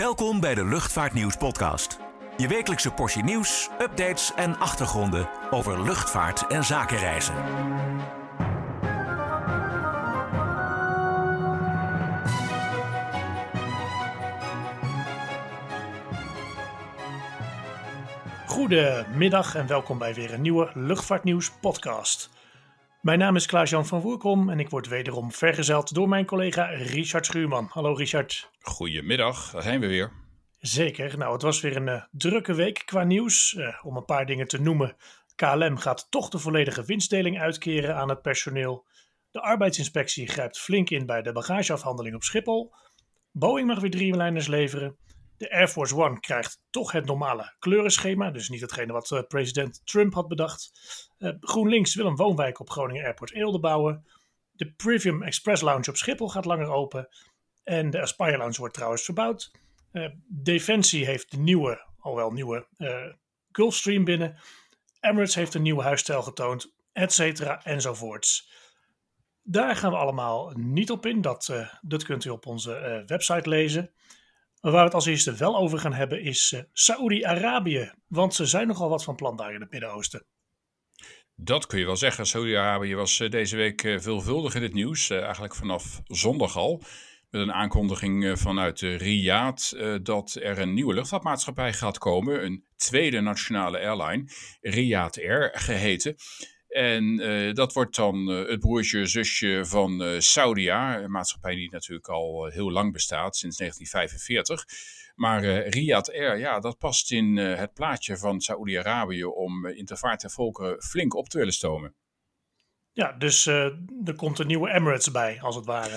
Welkom bij de Luchtvaartnieuws podcast. Je wekelijkse portie nieuws, updates en achtergronden over luchtvaart en zakenreizen. Goedemiddag en welkom bij weer een nieuwe Luchtvaartnieuws podcast. Mijn naam is Klaas-Jan van Voerkom en ik word wederom vergezeld door mijn collega Richard Schuurman. Hallo Richard. Goedemiddag, daar zijn we weer. Zeker, nou het was weer een drukke week qua nieuws. Om een paar dingen te noemen. KLM gaat toch de volledige winstdeling uitkeren aan het personeel. De arbeidsinspectie grijpt flink in bij de bagageafhandeling op Schiphol. Boeing mag weer Dreamliners leveren. De Air Force One krijgt toch het normale kleurenschema, dus niet hetgene wat president Trump had bedacht. GroenLinks wil een woonwijk op Groningen Airport Eelde bouwen. De Privium Express Lounge op Schiphol gaat langer open. En de Aspire Lounge wordt trouwens verbouwd. Defensie heeft de nieuwe Gulfstream binnen. Emirates heeft een nieuwe huisstijl getoond, etcetera enzovoorts. Daar gaan we allemaal niet op in, dat kunt u op onze website lezen. Maar waar we het als eerste wel over gaan hebben is Saoedi-Arabië. Want ze zijn nogal wat van plan daar in het Midden-Oosten. Dat kun je wel zeggen. Saudi-Arabië was deze week veelvuldig in het nieuws. Eigenlijk vanaf zondag al. Met een aankondiging vanuit Riyadh dat er een nieuwe luchtvaartmaatschappij gaat komen. Een tweede nationale airline, Riyadh Air geheten. En dat wordt dan het broertje, zusje van Saudia. Een maatschappij die natuurlijk al heel lang bestaat, sinds 1945. Maar Riyadh Air, ja, dat past in het plaatje van Saoedi-Arabië om in te vaart en volkeren flink op te willen stomen. Ja, dus er komt een nieuwe Emirates bij, als het ware.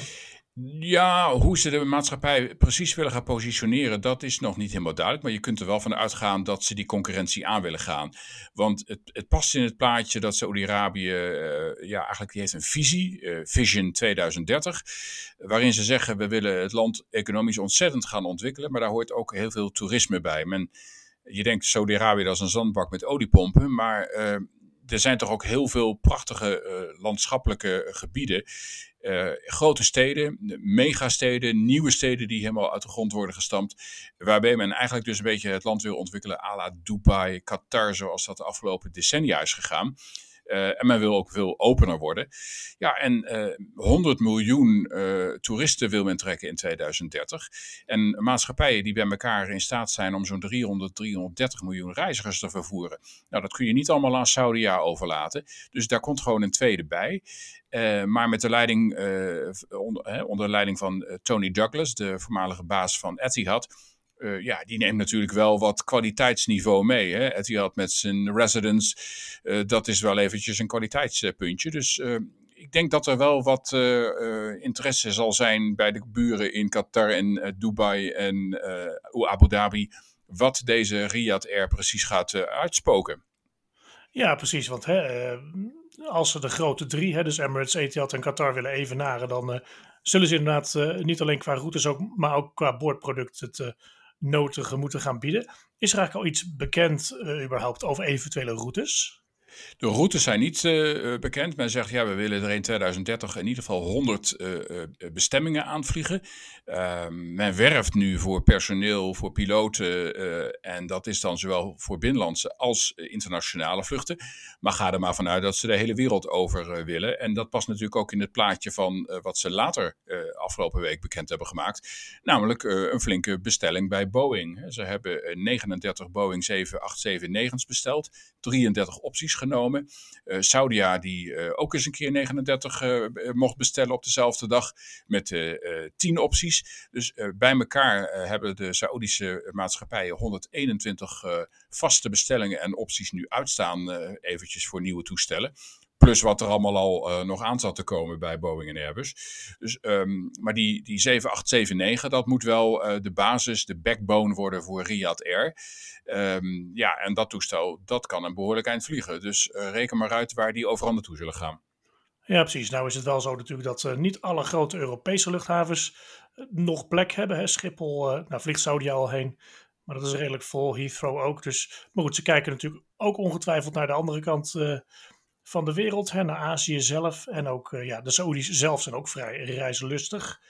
Ja, hoe ze de maatschappij precies willen gaan positioneren, dat is nog niet helemaal duidelijk. Maar je kunt er wel van uitgaan dat ze die concurrentie aan willen gaan. Want het past in het plaatje dat Saudi-Arabië, eigenlijk die heeft een visie, Vision 2030. Waarin ze zeggen, we willen het land economisch ontzettend gaan ontwikkelen. Maar daar hoort ook heel veel toerisme bij. Je denkt Saudi-Arabië, dat is een zandbak met oliepompen, maar er zijn toch ook heel veel prachtige landschappelijke gebieden. Grote steden, megasteden, nieuwe steden die helemaal uit de grond worden gestampt. Waarbij men eigenlijk dus een beetje het land wil ontwikkelen à la Dubai, Qatar, zoals dat de afgelopen decennia is gegaan. En men wil ook veel opener worden. Ja, en 100 miljoen toeristen wil men trekken in 2030. En maatschappijen die bij elkaar in staat zijn om zo'n 330 miljoen reizigers te vervoeren. Nou, dat kun je niet allemaal aan Saudi overlaten. Dus daar komt gewoon een tweede bij. Maar met de leiding, onder de leiding van Tony Douglas, de voormalige baas van Etihad. Die neemt natuurlijk wel wat kwaliteitsniveau mee. Hè? Etihad met zijn residence, dat is wel eventjes een kwaliteitspuntje. Dus ik denk dat er wel wat interesse zal zijn bij de buren in Qatar en Dubai en Abu Dhabi. Wat deze Riyadh Air precies gaat uitspoken. Ja, precies. Want als ze de grote drie, dus Emirates, Etihad en Qatar willen evenaren, dan zullen ze inderdaad niet alleen qua routes, maar ook qua boordproduct het nodige moeten gaan bieden. Is er eigenlijk al iets bekend überhaupt over eventuele routes? De routes zijn niet bekend. Men zegt, we willen er in 2030 in ieder geval 100 bestemmingen aanvliegen. Men werft nu voor personeel, voor piloten. En dat is dan zowel voor binnenlandse als internationale vluchten. Maar ga er maar vanuit dat ze de hele wereld over willen. En dat past natuurlijk ook in het plaatje van wat ze later afgelopen week bekend hebben gemaakt. Namelijk een flinke bestelling bij Boeing. Ze hebben 39 Boeing 787-9's besteld. 33 opties genomen. Saudia die ook eens een keer 39 mocht bestellen op dezelfde dag met 10 opties. Dus bij elkaar hebben de Saoedische maatschappijen 121 vaste bestellingen en opties nu uitstaan eventjes voor nieuwe toestellen. Plus wat er allemaal al nog aan zat te komen bij Boeing en Airbus. Dus, maar die 7879, dat moet wel de basis, de backbone worden voor Riyadh Air. En dat toestel, dat kan een behoorlijk eind vliegen. Dus reken maar uit waar die overal naartoe zullen gaan. Ja, precies. Nou is het wel zo natuurlijk dat niet alle grote Europese luchthavens nog plek hebben. Hè. Schiphol, vliegt Saudi al heen. Maar dat is redelijk vol, Heathrow ook. Dus, maar goed, ze kijken natuurlijk ook ongetwijfeld naar de andere kant van de wereld. Hè, naar Azië zelf. En ook de Saoedi's zelf zijn ook vrij reislustig.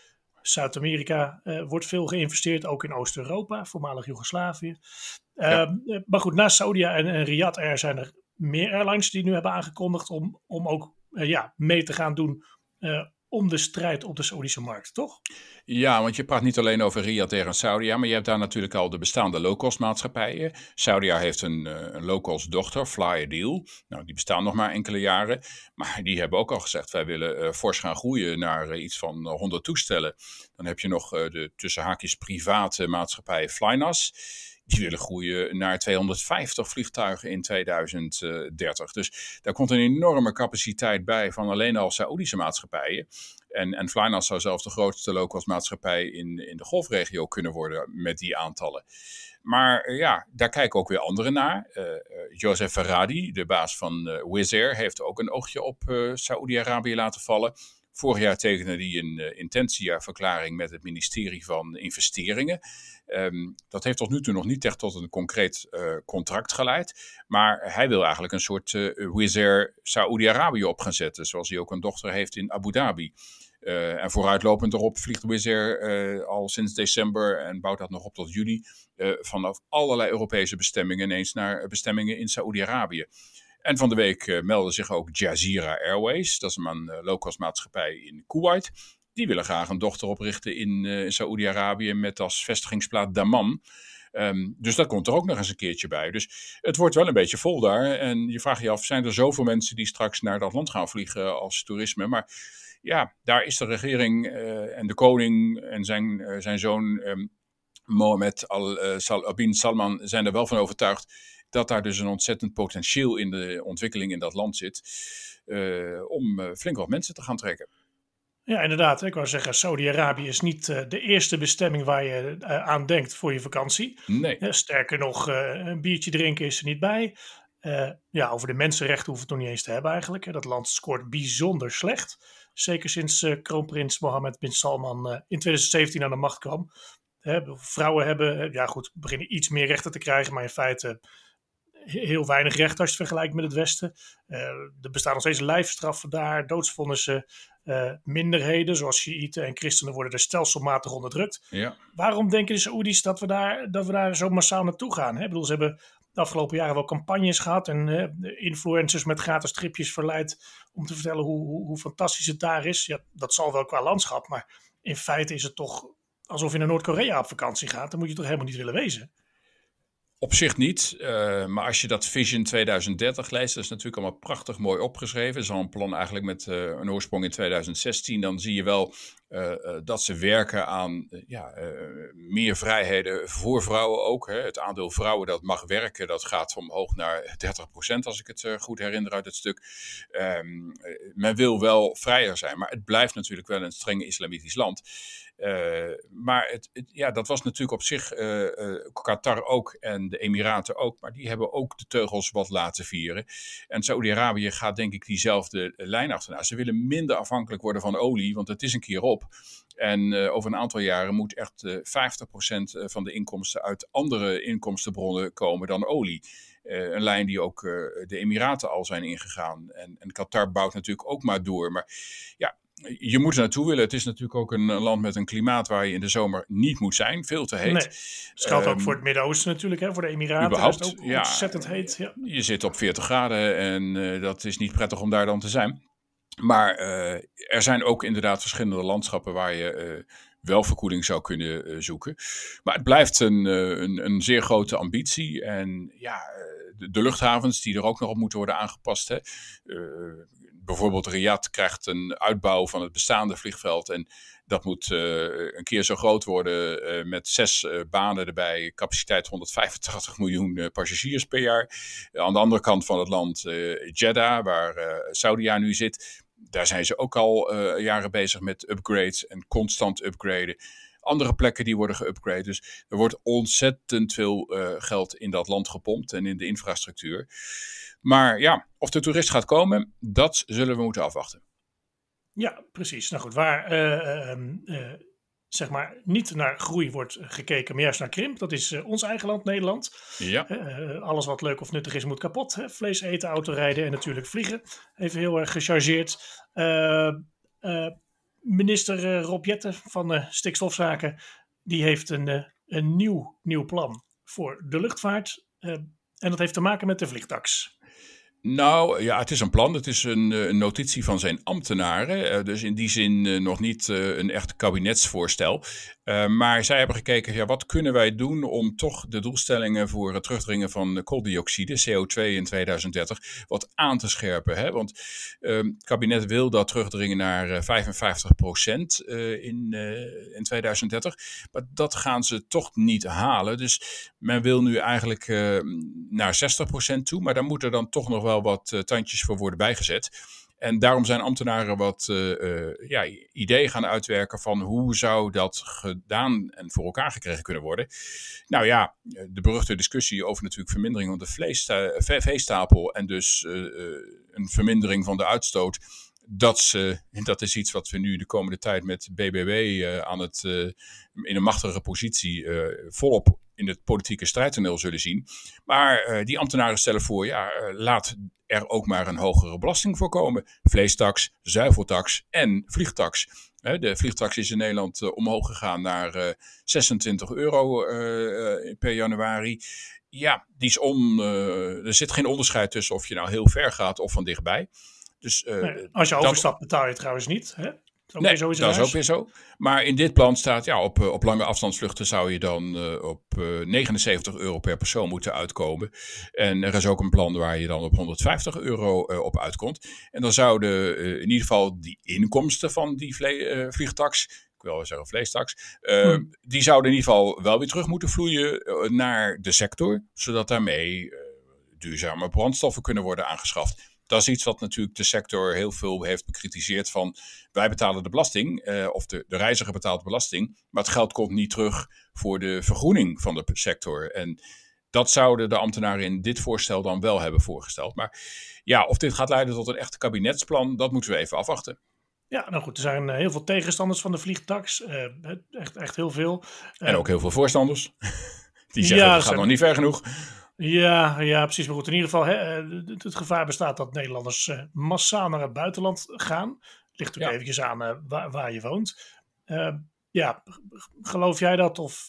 Zuid-Amerika wordt veel geïnvesteerd, ook in Oost-Europa, voormalig Joegoslavië. Maar goed, naast Saudi en Riyadh Air zijn er meer airlines die nu hebben aangekondigd om ook mee te gaan doen om de strijd op de Saoedische markt, toch? Ja, want je praat niet alleen over Riyadh Air en Saudia, maar je hebt daar natuurlijk al de bestaande low-cost maatschappijen. Saudia heeft een low-cost dochter, Flyadeal. Nou, die bestaan nog maar enkele jaren, maar die hebben ook al gezegd, wij willen fors gaan groeien naar iets van 100 toestellen. Dan heb je nog de tussen haakjes private maatschappij Flynas. Die willen groeien naar 250 vliegtuigen in 2030. Dus daar komt een enorme capaciteit bij van alleen al Saoedische maatschappijen. En Flynas zou zelfs de grootste low-cost maatschappij in de golfregio kunnen worden met die aantallen. Maar daar kijken ook weer anderen naar. Joseph Ferradi, de baas van Wizz Air, heeft ook een oogje op Saoedi-Arabië laten vallen. Vorig jaar tekende hij een intentieverklaring met het ministerie van Investeringen. Dat heeft tot nu toe nog niet echt tot een concreet contract geleid. Maar hij wil eigenlijk een soort Wizz Air Saoedi-Arabië op gaan zetten. Zoals hij ook een dochter heeft in Abu Dhabi. En vooruitlopend erop vliegt Wizz Air al sinds december en bouwt dat nog op tot juli. Vanaf allerlei Europese bestemmingen ineens naar bestemmingen in Saoedi-Arabië. En van de week meldde zich ook Jazeera Airways. Dat is een low-cost maatschappij in Kuwait. Die willen graag een dochter oprichten in Saoedi-Arabië met als vestigingsplaats Dammam. Dus dat komt er ook nog eens een keertje bij. Dus het wordt wel een beetje vol daar. En je vraagt je af, zijn er zoveel mensen die straks naar dat land gaan vliegen als toerisme? Maar daar is de regering en de koning en zijn zoon Mohammed bin Salman zijn er wel van overtuigd dat daar dus een ontzettend potentieel in de ontwikkeling in dat land zit om flink wat mensen te gaan trekken. Ja, inderdaad. Ik wou zeggen, Saudi-Arabië is niet de eerste bestemming waar je aan denkt voor je vakantie. Nee. Sterker nog, een biertje drinken is er niet bij. Over de mensenrechten hoeven we het nog niet eens te hebben eigenlijk. Dat land scoort bijzonder slecht. Zeker sinds kroonprins Mohammed bin Salman in 2017 aan de macht kwam. Vrouwen beginnen iets meer rechten te krijgen, maar in feite heel weinig recht als je het vergelijkt met het Westen. Er bestaan nog steeds lijfstraffen daar, doodsvonnissen, minderheden zoals Sjiïten en christenen worden er stelselmatig onderdrukt. Ja. Waarom denken de Saoedi's dat we daar zo massaal naartoe gaan? Ik bedoel, ze hebben de afgelopen jaren wel campagnes gehad en influencers met gratis tripjes verleid om te vertellen hoe fantastisch het daar is. Ja, dat zal wel qua landschap, maar in feite is het toch alsof je naar Noord-Korea op vakantie gaat. Dan moet je toch helemaal niet willen wezen? Op zich niet, maar als je dat Vision 2030 leest, dat is natuurlijk allemaal prachtig mooi opgeschreven. Dat is al een plan eigenlijk met een oorsprong in 2016. Dan zie je wel dat ze werken aan meer vrijheden voor vrouwen ook. Hè. Het aandeel vrouwen dat mag werken, dat gaat omhoog naar 30%, als ik het goed herinner uit het stuk. Men wil wel vrijer zijn, maar het blijft natuurlijk wel een streng islamitisch land. Maar dat was natuurlijk op zich Qatar ook en de Emiraten ook, maar die hebben ook de teugels wat laten vieren. En Saoedi-Arabië gaat denk ik diezelfde lijn achterna. Ze willen minder afhankelijk worden van olie, want het is een keer op. En over een aantal jaren moet echt 50% van de inkomsten uit andere inkomstenbronnen komen dan olie. Een lijn die ook de Emiraten al zijn ingegaan. En Qatar bouwt natuurlijk ook maar door. Maar je moet er naartoe willen. Het is natuurlijk ook een land met een klimaat waar je in de zomer niet moet zijn. Veel te heet. Nee, het geldt ook voor het Midden-Oosten natuurlijk. Voor de Emiraten überhaupt, is het ook ontzettend heet. Ja. Je zit op 40 graden en dat is niet prettig om daar dan te zijn. Maar er zijn ook inderdaad verschillende landschappen waar je wel verkoeling zou kunnen zoeken. Maar het blijft een zeer grote ambitie. En de luchthavens die er ook nog op moeten worden aangepast. Hè. Bijvoorbeeld Riyadh krijgt een uitbouw van het bestaande vliegveld. En dat moet een keer zo groot worden met 6 banen erbij. Capaciteit 185 miljoen passagiers per jaar. Aan de andere kant van het land Jeddah, waar Saudia nu zit. Daar zijn ze ook al jaren bezig met upgrades en constant upgraden. Andere plekken die worden geupgrade. Dus er wordt ontzettend veel geld in dat land gepompt en in de infrastructuur. Maar of de toerist gaat komen, dat zullen we moeten afwachten. Ja, precies. Nou goed, waar zeg maar niet naar groei wordt gekeken, maar juist naar krimp. Dat is ons eigen land, Nederland. Ja. Alles wat leuk of nuttig is, moet kapot. Hè? Vlees eten, autorijden en natuurlijk vliegen. Even heel erg gechargeerd. Minister Rob Jetten van Stikstofzaken, die heeft een nieuw plan voor de luchtvaart. En dat heeft te maken met de vliegtax. Nou ja, het is een plan. Het is een notitie van zijn ambtenaren. Dus in die zin nog niet een echt kabinetsvoorstel. Maar zij hebben gekeken, ja, wat kunnen wij doen om toch de doelstellingen voor het terugdringen van kooldioxide, CO2 in 2030, wat aan te scherpen. Hè? Want het kabinet wil dat terugdringen naar 55% in 2030. Maar dat gaan ze toch niet halen. Dus men wil nu eigenlijk naar 60% toe. Maar daar moeten dan toch nog wel wat tandjes voor worden bijgezet. En daarom zijn ambtenaren wat ideeën gaan uitwerken van hoe zou dat gedaan en voor elkaar gekregen kunnen worden. Nou ja, de beruchte discussie over natuurlijk vermindering van de veestapel en dus een vermindering van de uitstoot. Dat is iets wat we nu de komende tijd met BBB in een machtige positie volop in het politieke strijdtoneel zullen zien. Maar die ambtenaren stellen voor, laat er ook maar een hogere belasting voor komen. Vleestaks, zuiveltax en vliegtax. De vliegtax is in Nederland omhoog gegaan naar €26 per januari. Ja, die is er zit geen onderscheid tussen of je nou heel ver gaat of van dichtbij. Dus, als je overstapt betaal je trouwens niet, hè? Nee, dat is ook weer zo. Maar in dit plan staat, op lange afstandsvluchten zou je dan op €79 per persoon moeten uitkomen. En er is ook een plan waar je dan op €150 op uitkomt. En dan zouden in ieder geval die inkomsten van die vliegtax, ik wil wel zeggen vleestaks, die zouden in ieder geval wel weer terug moeten vloeien naar de sector, zodat daarmee duurzame brandstoffen kunnen worden aangeschaft. Dat is iets wat natuurlijk de sector heel veel heeft bekritiseerd van wij betalen de belasting of de reiziger betaalt belasting, maar het geld komt niet terug voor de vergroening van de sector. En dat zouden de ambtenaren in dit voorstel dan wel hebben voorgesteld. Maar ja, of dit gaat leiden tot een echt kabinetsplan, dat moeten we even afwachten. Ja, nou goed, er zijn heel veel tegenstanders van de vliegtax. Echt heel veel. En ook heel veel voorstanders. Die zeggen dat gaat nog niet ver genoeg. Ja, precies. Maar goed, in ieder geval, het gevaar bestaat dat Nederlanders massaal naar het buitenland gaan. Ligt natuurlijk eventjes aan waar je woont. Geloof jij dat? Of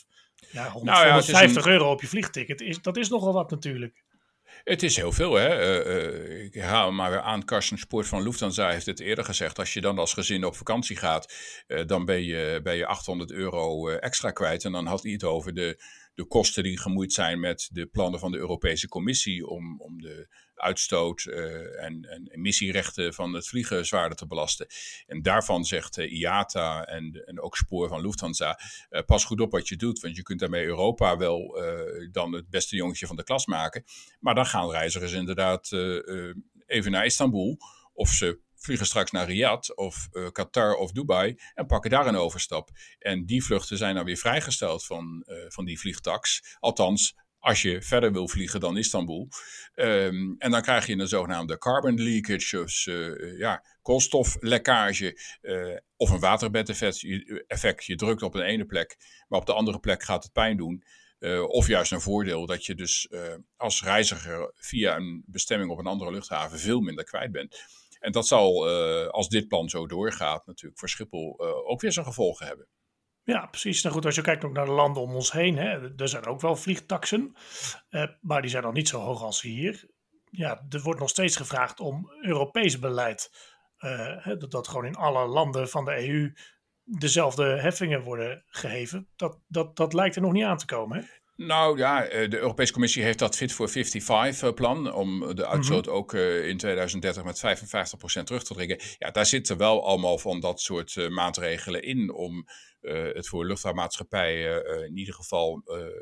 €150 op je vliegticket, dat is nogal wat natuurlijk. Het is heel veel, hè. Ik haal maar weer aan, Carsten Spoort van Lufthansa heeft het eerder gezegd. Als je dan als gezin op vakantie gaat, dan ben je €800 extra kwijt. En dan had hij het over de kosten die gemoeid zijn met de plannen van de Europese Commissie om de uitstoot en emissierechten van het vliegen zwaarder te belasten. En daarvan zegt IATA en ook Spoor van Lufthansa, pas goed op wat je doet, want je kunt daarmee Europa wel dan het beste jongetje van de klas maken. Maar dan gaan reizigers inderdaad even naar Istanbul, of ze vliegen straks naar Riyadh of Qatar of Dubai en pakken daar een overstap. En die vluchten zijn dan weer vrijgesteld van die vliegtax. Althans, als je verder wil vliegen dan Istanbul. En dan krijg je een zogenaamde carbon leakage, dus koolstoflekkage of een waterbedeffect. Je drukt op een ene plek, maar op de andere plek gaat het pijn doen. Of juist een voordeel dat je dus als reiziger via een bestemming op een andere luchthaven veel minder kwijt bent. En dat zal, als dit plan zo doorgaat, natuurlijk voor Schiphol ook weer zijn gevolgen hebben. Ja, precies. Nou goed, als je kijkt ook naar de landen om ons heen, er zijn ook wel vliegtaxen, maar die zijn nog niet zo hoog als hier. Ja, er wordt nog steeds gevraagd om Europees beleid, dat gewoon in alle landen van de EU dezelfde heffingen worden geheven. Dat lijkt er nog niet aan te komen, hè? Nou ja, de Europese Commissie heeft dat Fit for 55 plan om de uitstoot ook in 2030 met 55% terug te dringen. Ja, daar zitten wel allemaal van dat soort maatregelen in om het voor luchtvaartmaatschappijen in ieder geval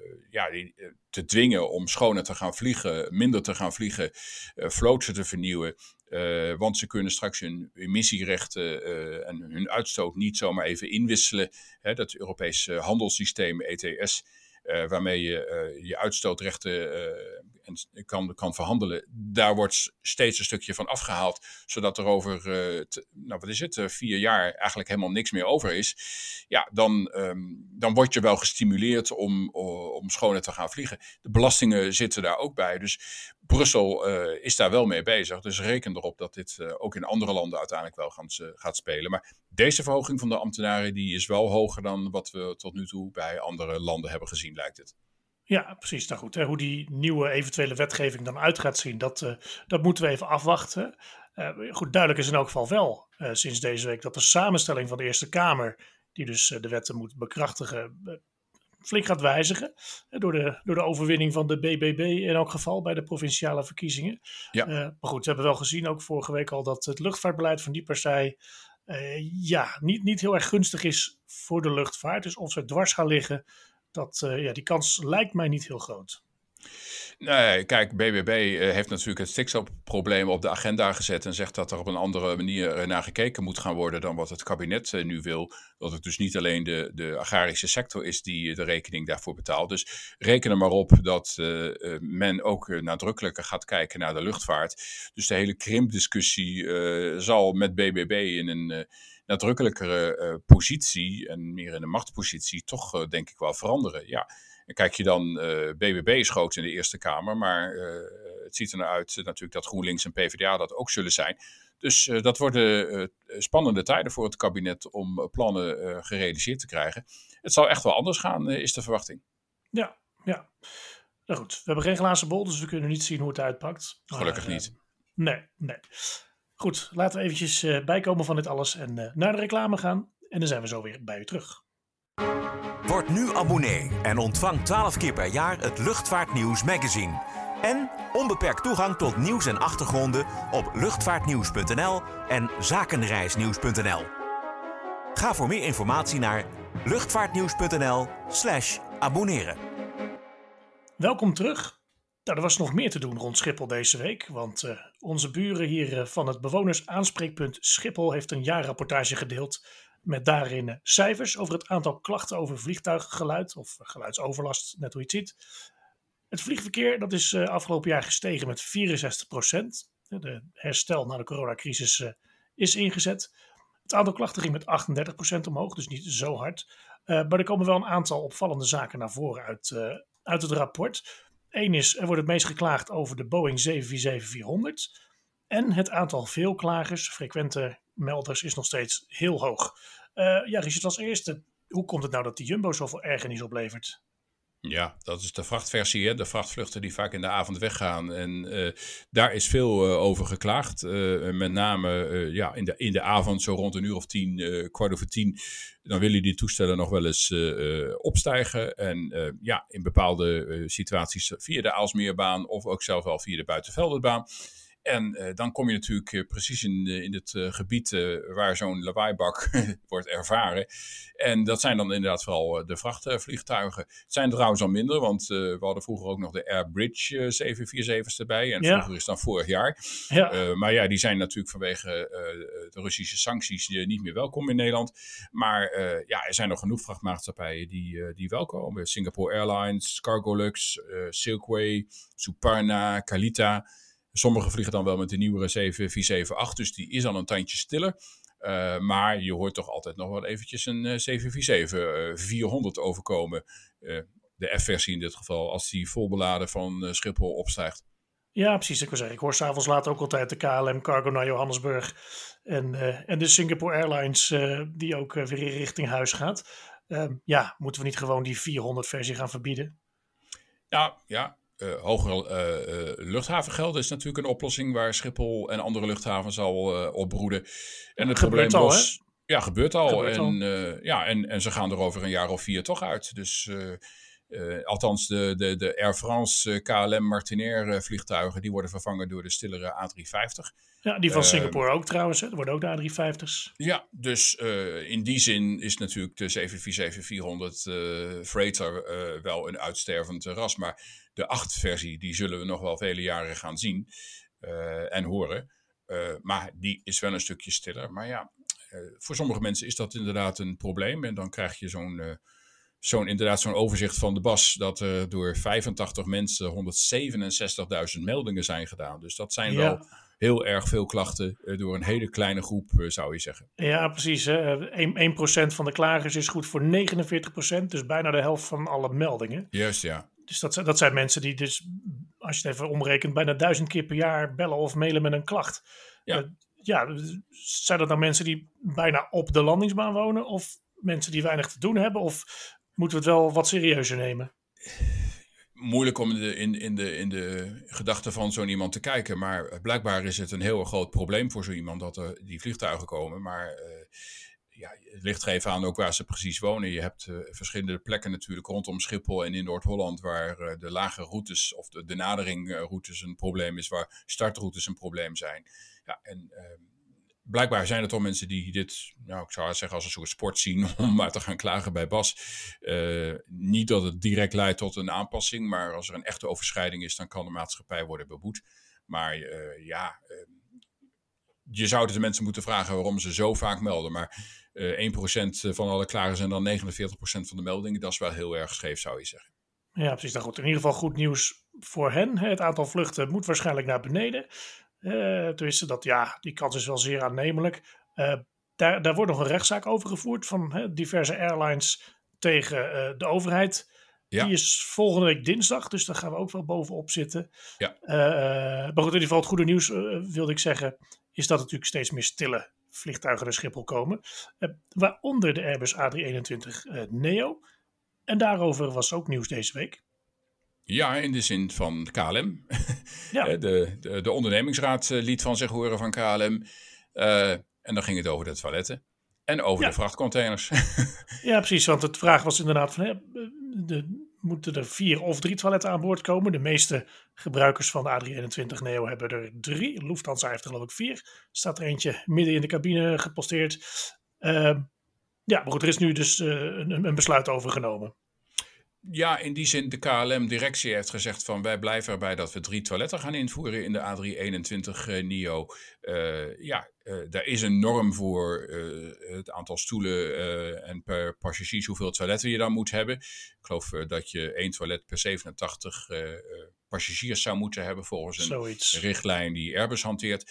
te dwingen om schoner te gaan vliegen, minder te gaan vliegen, vlootsen te vernieuwen. Want ze kunnen straks hun emissierechten en hun uitstoot niet zomaar even inwisselen. Dat Europese handelssysteem ETS, waarmee je je uitstootrechten en kan verhandelen, daar wordt steeds een stukje van afgehaald, zodat er over 4 jaar eigenlijk helemaal niks meer over is. Ja, dan word je wel gestimuleerd om schoner te gaan vliegen. De belastingen zitten daar ook bij. Dus Brussel is daar wel mee bezig. Dus reken erop dat dit ook in andere landen uiteindelijk wel gaat spelen. Maar deze verhoging van de ambtenaren die is wel hoger dan wat we tot nu toe bij andere landen hebben gezien, lijkt het. Ja, precies. Nou goed, hoe die nieuwe eventuele wetgeving dan uit gaat zien, dat moeten we even afwachten. Goed, duidelijk is in elk geval wel sinds deze week dat de samenstelling van de Eerste Kamer, die dus de wetten moet bekrachtigen, flink gaat wijzigen. Door de overwinning van de BBB in elk geval bij de provinciale verkiezingen. Ja. Maar goed, we hebben wel gezien ook vorige week al dat het luchtvaartbeleid van die partij niet heel erg gunstig is voor de luchtvaart. Dus of ze dwars gaan liggen, die kans lijkt mij niet heel groot. Nee, kijk, BBB heeft natuurlijk het stikstofprobleem op de agenda gezet en zegt dat er op een andere manier naar gekeken moet gaan worden dan wat het kabinet nu wil. Dat het dus niet alleen de agrarische sector is die de rekening daarvoor betaalt. Dus reken er maar op dat men ook nadrukkelijker gaat kijken naar de luchtvaart. Dus de hele krimpdiscussie zal met BBB in een nadrukkelijkere positie en meer in een machtspositie toch denk ik wel veranderen. Ja. En kijk je dan, BBB is groot in de Eerste Kamer, maar het ziet er naar uit natuurlijk dat GroenLinks en PvdA dat ook zullen zijn. Dus dat worden spannende tijden voor het kabinet om plannen gerealiseerd te krijgen. Het zal echt wel anders gaan, is de verwachting. Ja. Nou goed, we hebben geen glazen bol, dus we kunnen niet zien hoe het uitpakt. Gelukkig niet. Nee. Goed, laten we eventjes bijkomen van dit alles en naar de reclame gaan. En dan zijn we zo weer bij u terug. Word nu abonnee en ontvang 12 keer per jaar het Luchtvaartnieuws magazine. En onbeperkt toegang tot nieuws en achtergronden op luchtvaartnieuws.nl en zakenreisnieuws.nl. Ga voor meer informatie naar luchtvaartnieuws.nl/abonneren. Welkom terug. Nou, er was nog meer te doen rond Schiphol deze week, want onze buren hier van het bewonersaanspreekpunt Schiphol heeft een jaarrapportage gedeeld met daarin cijfers over het aantal klachten over vliegtuiggeluid of geluidsoverlast, net hoe je het ziet. Het vliegverkeer dat is afgelopen jaar gestegen met 64%. De herstel na de coronacrisis is ingezet. Het aantal klachten ging met 38% omhoog, dus niet zo hard. Maar er komen wel een aantal opvallende zaken naar voren uit het rapport. Eén is, er wordt het meest geklaagd over de Boeing 747-400. En het aantal veelklagers, frequente melders, is nog steeds heel hoog. Richard, als eerste, hoe komt het nou dat die Jumbo zoveel ergernis oplevert? Ja, dat is de vrachtversie, hè? De vrachtvluchten die vaak in de avond weggaan. En daar is veel over geklaagd. Met name in de avond, zo rond 10:00, 10:15. Dan willen die toestellen nog wel eens opstijgen. En in bepaalde situaties via de Aalsmeerbaan of ook zelfs wel via de Buitenvelderbaan. En dan kom je natuurlijk precies in het gebied waar zo'n lawaaibak wordt ervaren. En dat zijn dan inderdaad vooral de vrachtvliegtuigen. Het zijn er trouwens al minder, want we hadden vroeger ook nog de Airbridge 747's erbij. En vroeger is dan vorig jaar. Ja. Maar die zijn natuurlijk vanwege de Russische sancties niet meer welkom in Nederland. Maar er zijn nog genoeg vrachtmaatschappijen die wel komen. Singapore Airlines, Cargolux, Silkway, Suparna, Kalita. Sommigen vliegen dan wel met de nieuwere 747-8, dus die is al een tandje stiller. Maar je hoort toch altijd nog wel eventjes een 747-400 overkomen. De F-versie in dit geval, als die vol beladen van Schiphol opstijgt. Ja, precies. Ik hoor s'avonds laat ook altijd de KLM Cargo naar Johannesburg. En de Singapore Airlines die ook weer richting huis gaat. Moeten we niet gewoon die 400-versie gaan verbieden? Ja. Hogere luchthavengelden is natuurlijk een oplossing waar Schiphol en andere luchthavens al op broeden. En het gebeurt probleem al, was, hè? Gebeurt al. En ze gaan er over een jaar of 4 toch uit. Dus althans de Air France KLM Martinair vliegtuigen, die worden vervangen door de stillere A350. Ja, die van Singapore ook trouwens. Er worden ook de A350's. Ja, dus in die zin is natuurlijk de 747-400 Freighter wel een uitstervend ras. Maar de 8-versie, die zullen we nog wel vele jaren gaan zien en horen. Maar die is wel een stukje stiller. Maar voor sommige mensen is dat inderdaad een probleem. En dan krijg je zo'n overzicht van de BAS, dat er door 85 mensen 167.000 meldingen zijn gedaan. Dus dat zijn wel heel erg veel klachten door een hele kleine groep, zou je zeggen. Ja, precies. 1% van de klagers is goed voor 49%, dus bijna de helft van alle meldingen. Juist, ja. Dus dat zijn mensen die dus, als je het even omrekent, bijna 1000 keer per jaar bellen of mailen met een klacht. Ja. Zijn dat dan mensen die bijna op de landingsbaan wonen of mensen die weinig te doen hebben? Of moeten we het wel wat serieuzer nemen? Moeilijk om in de gedachten van zo'n iemand te kijken. Maar blijkbaar is het een heel groot probleem voor zo iemand dat er die vliegtuigen komen. Maar het ligt er even aan ook waar ze precies wonen. Je hebt verschillende plekken natuurlijk rondom Schiphol en in Noord-Holland waar de lage routes of de naderingroutes een probleem is. Waar startroutes een probleem zijn. Ja, en blijkbaar zijn er toch mensen die dit, ik zou zeggen als een soort sport zien om maar te gaan klagen bij BAS. Niet dat het direct leidt tot een aanpassing, maar als er een echte overschrijding is, dan kan de maatschappij worden beboet. Maar je zou de mensen moeten vragen waarom ze zo vaak melden. Maar 1% van alle klagers en dan 49% van de meldingen, dat is wel heel erg scheef, zou je zeggen. Ja, precies. Nou goed, in ieder geval goed nieuws voor hen. Het aantal vluchten moet waarschijnlijk naar beneden. Tenminste, die kans is wel zeer aannemelijk. Daar wordt nog een rechtszaak over gevoerd van diverse airlines tegen de overheid. Ja. Die is volgende week dinsdag, dus daar gaan we ook wel bovenop zitten. Ja. Maar goed, in ieder geval het goede nieuws, wilde ik zeggen, is dat natuurlijk steeds meer stille vliegtuigen naar Schiphol komen. Waaronder de Airbus A321 Neo. En daarover was ook nieuws deze week. Ja, in de zin van KLM. Ja. De ondernemingsraad liet van zich horen van KLM. En dan ging het over de toiletten. En over de vrachtcontainers. Ja, precies. Want de vraag was inderdaad van, moeten er 4 of 3 toiletten aan boord komen? De meeste gebruikers van de A321 Neo hebben er 3. Lufthansa heeft er geloof ik 4. Staat er eentje midden in de cabine geposteerd. Maar goed, er is nu dus een besluit over genomen. Ja, in die zin, de KLM-directie heeft gezegd van wij blijven erbij dat we 3 toiletten gaan invoeren in de A321 Neo. Daar is een norm voor het aantal stoelen en per passagiers hoeveel toiletten je dan moet hebben. Ik geloof dat je 1 toilet per 87 passagiers zou moeten hebben volgens een richtlijn die Airbus hanteert.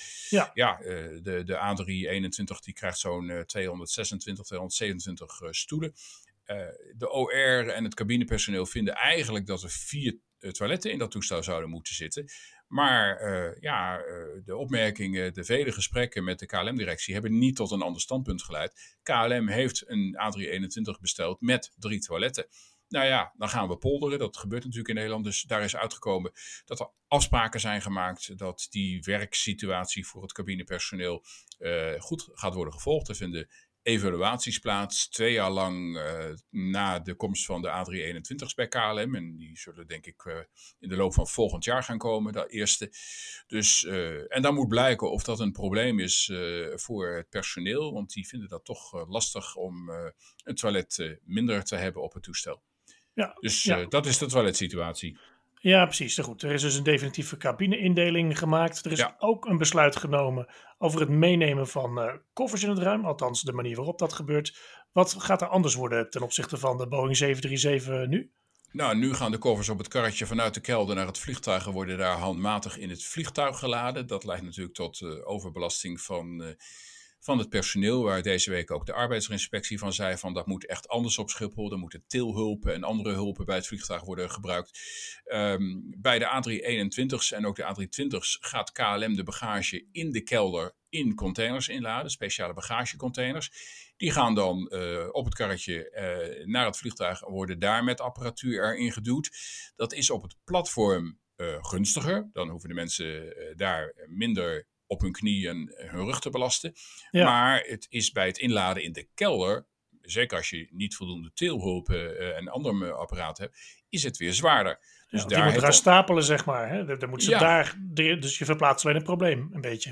De A321 die krijgt zo'n 226, 227 stoelen. De OR en het cabinepersoneel vinden eigenlijk dat er 4 toiletten in dat toestel zouden moeten zitten. Maar de opmerkingen, de vele gesprekken met de KLM-directie hebben niet tot een ander standpunt geleid. KLM heeft een A321 besteld met 3 toiletten. Nou ja, dan gaan we polderen. Dat gebeurt natuurlijk in Nederland. Dus daar is uitgekomen dat er afspraken zijn gemaakt dat die werksituatie voor het cabinepersoneel goed gaat worden gevolgd. Er vinden evaluaties plaats, 2 jaar lang na de komst van de A321's bij KLM. En die zullen denk ik in de loop van volgend jaar gaan komen, dat eerste. Dus, en dan moet blijken of dat een probleem is voor het personeel. Want die vinden dat toch lastig om een toilet minder te hebben op het toestel. Ja, dus dat is de toiletsituatie. Ja, precies. Goed. Er is dus een definitieve cabineindeling gemaakt. Er is ook een besluit genomen over het meenemen van koffers in het ruim. Althans, de manier waarop dat gebeurt. Wat gaat er anders worden ten opzichte van de Boeing 737 nu? Nou, nu gaan de koffers op het karretje vanuit de kelder naar het vliegtuig en worden daar handmatig in het vliegtuig geladen. Dat leidt natuurlijk tot overbelasting van het personeel, waar deze week ook de arbeidsinspectie van zei van dat moet echt anders op Schiphol. Er moeten tilhulpen en andere hulpen bij het vliegtuig worden gebruikt. Bij de A321's en ook de A320's gaat KLM de bagage in de kelder in containers inladen, speciale bagagecontainers. Die gaan dan op het karretje naar het vliegtuig en worden daar met apparatuur erin geduwd. Dat is op het platform gunstiger. Dan hoeven de mensen daar minder op hun knie en hun rug te belasten. Ja. Maar het is bij het inladen in de kelder, zeker als je niet voldoende tilhulpen en andere apparaten hebt, is het weer zwaarder. Dus daar die moet gaan stapelen, zeg maar. Hè? Dan moet ze daar, dus je verplaatst alleen een probleem, een beetje.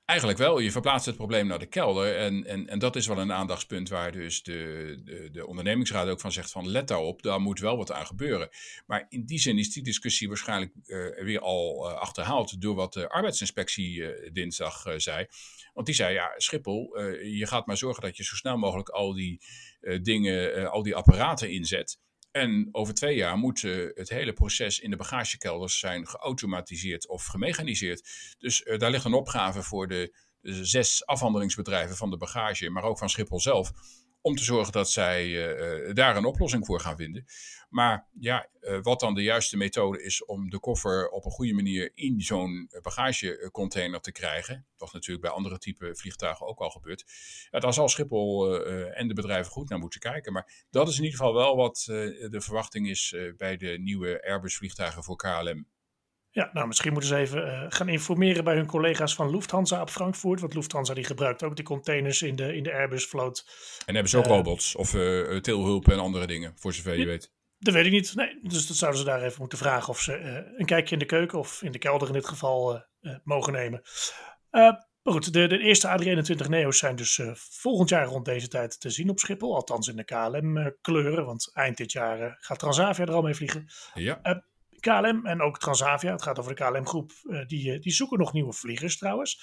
Eigenlijk wel. Je verplaatst het probleem naar de kelder. En dat is wel een aandachtspunt waar dus de ondernemingsraad ook van zegt van let daarop, daar moet wel wat aan gebeuren. Maar in die zin is die discussie waarschijnlijk weer al achterhaald door wat de arbeidsinspectie dinsdag zei. Want die zei, ja, Schiphol, je gaat maar zorgen dat je zo snel mogelijk al die dingen, al die apparaten inzet. En over 2 jaar moet het hele proces in de bagagekelders zijn geautomatiseerd of gemechaniseerd. Dus daar ligt een opgave voor de 6 afhandelingsbedrijven van de bagage, maar ook van Schiphol zelf, om te zorgen dat zij daar een oplossing voor gaan vinden. Maar ja, wat dan de juiste methode is om de koffer op een goede manier in zo'n bagagecontainer te krijgen, wat natuurlijk bij andere type vliegtuigen ook al gebeurt, ja, daar zal Schiphol en de bedrijven goed naar moeten kijken. Maar dat is in ieder geval wel wat de verwachting is bij de nieuwe Airbus vliegtuigen voor KLM. Ja, nou misschien moeten ze even gaan informeren bij hun collega's van Lufthansa op Frankfurt. Want Lufthansa die gebruikt ook die containers in de Airbus-vloot. En hebben ze ook robots of tilhulp en andere dingen, voor zover je weet? Dat weet ik niet. Nee, dus dat zouden ze daar even moeten vragen of ze een kijkje in de keuken of in de kelder in dit geval mogen nemen. Maar goed, de eerste A321neo's zijn dus volgend jaar rond deze tijd te zien op Schiphol. Althans in de KLM-kleuren, want eind dit jaar gaat Transavia er al mee vliegen. Ja. KLM en ook Transavia, het gaat over de KLM-groep, die zoeken nog nieuwe vliegers trouwens.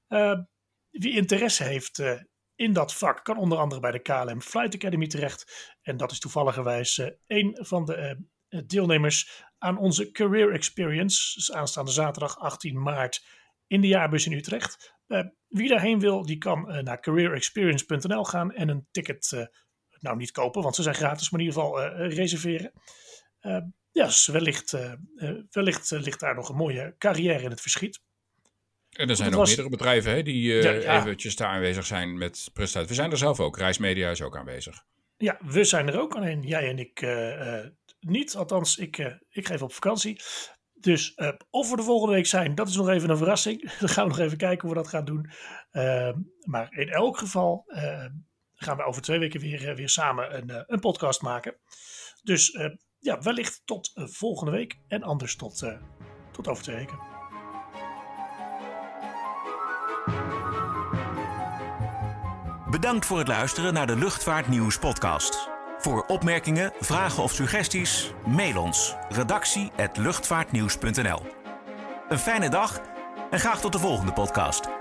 Wie interesse heeft in dat vak kan onder andere bij de KLM Flight Academy terecht. En dat is toevalligerwijs een van de deelnemers aan onze Career Experience. Dus aanstaande zaterdag 18 maart in de jaarbus in Utrecht. Wie daarheen wil, die kan naar careerexperience.nl gaan en een ticket niet kopen, want ze zijn gratis, maar in ieder geval reserveren. Ja, dus wellicht ligt daar nog een mooie carrière in het verschiet. En er zijn ook meerdere bedrijven die eventjes daar aanwezig zijn met presentatie. We zijn er zelf ook. Reismedia is ook aanwezig. Ja, we zijn er ook. Alleen jij en ik niet. Althans, ik ga even op vakantie. Dus of we de volgende week zijn, dat is nog even een verrassing. Dan gaan we nog even kijken hoe we dat gaan doen. Maar in elk geval gaan we over 2 weken weer samen een podcast maken. Dus wellicht tot volgende week. En anders tot over 2 weken. Bedankt voor het luisteren naar de Luchtvaartnieuws podcast. Voor opmerkingen, vragen of suggesties, mail ons redactie@luchtvaartnieuws.nl. Een fijne dag en graag tot de volgende podcast.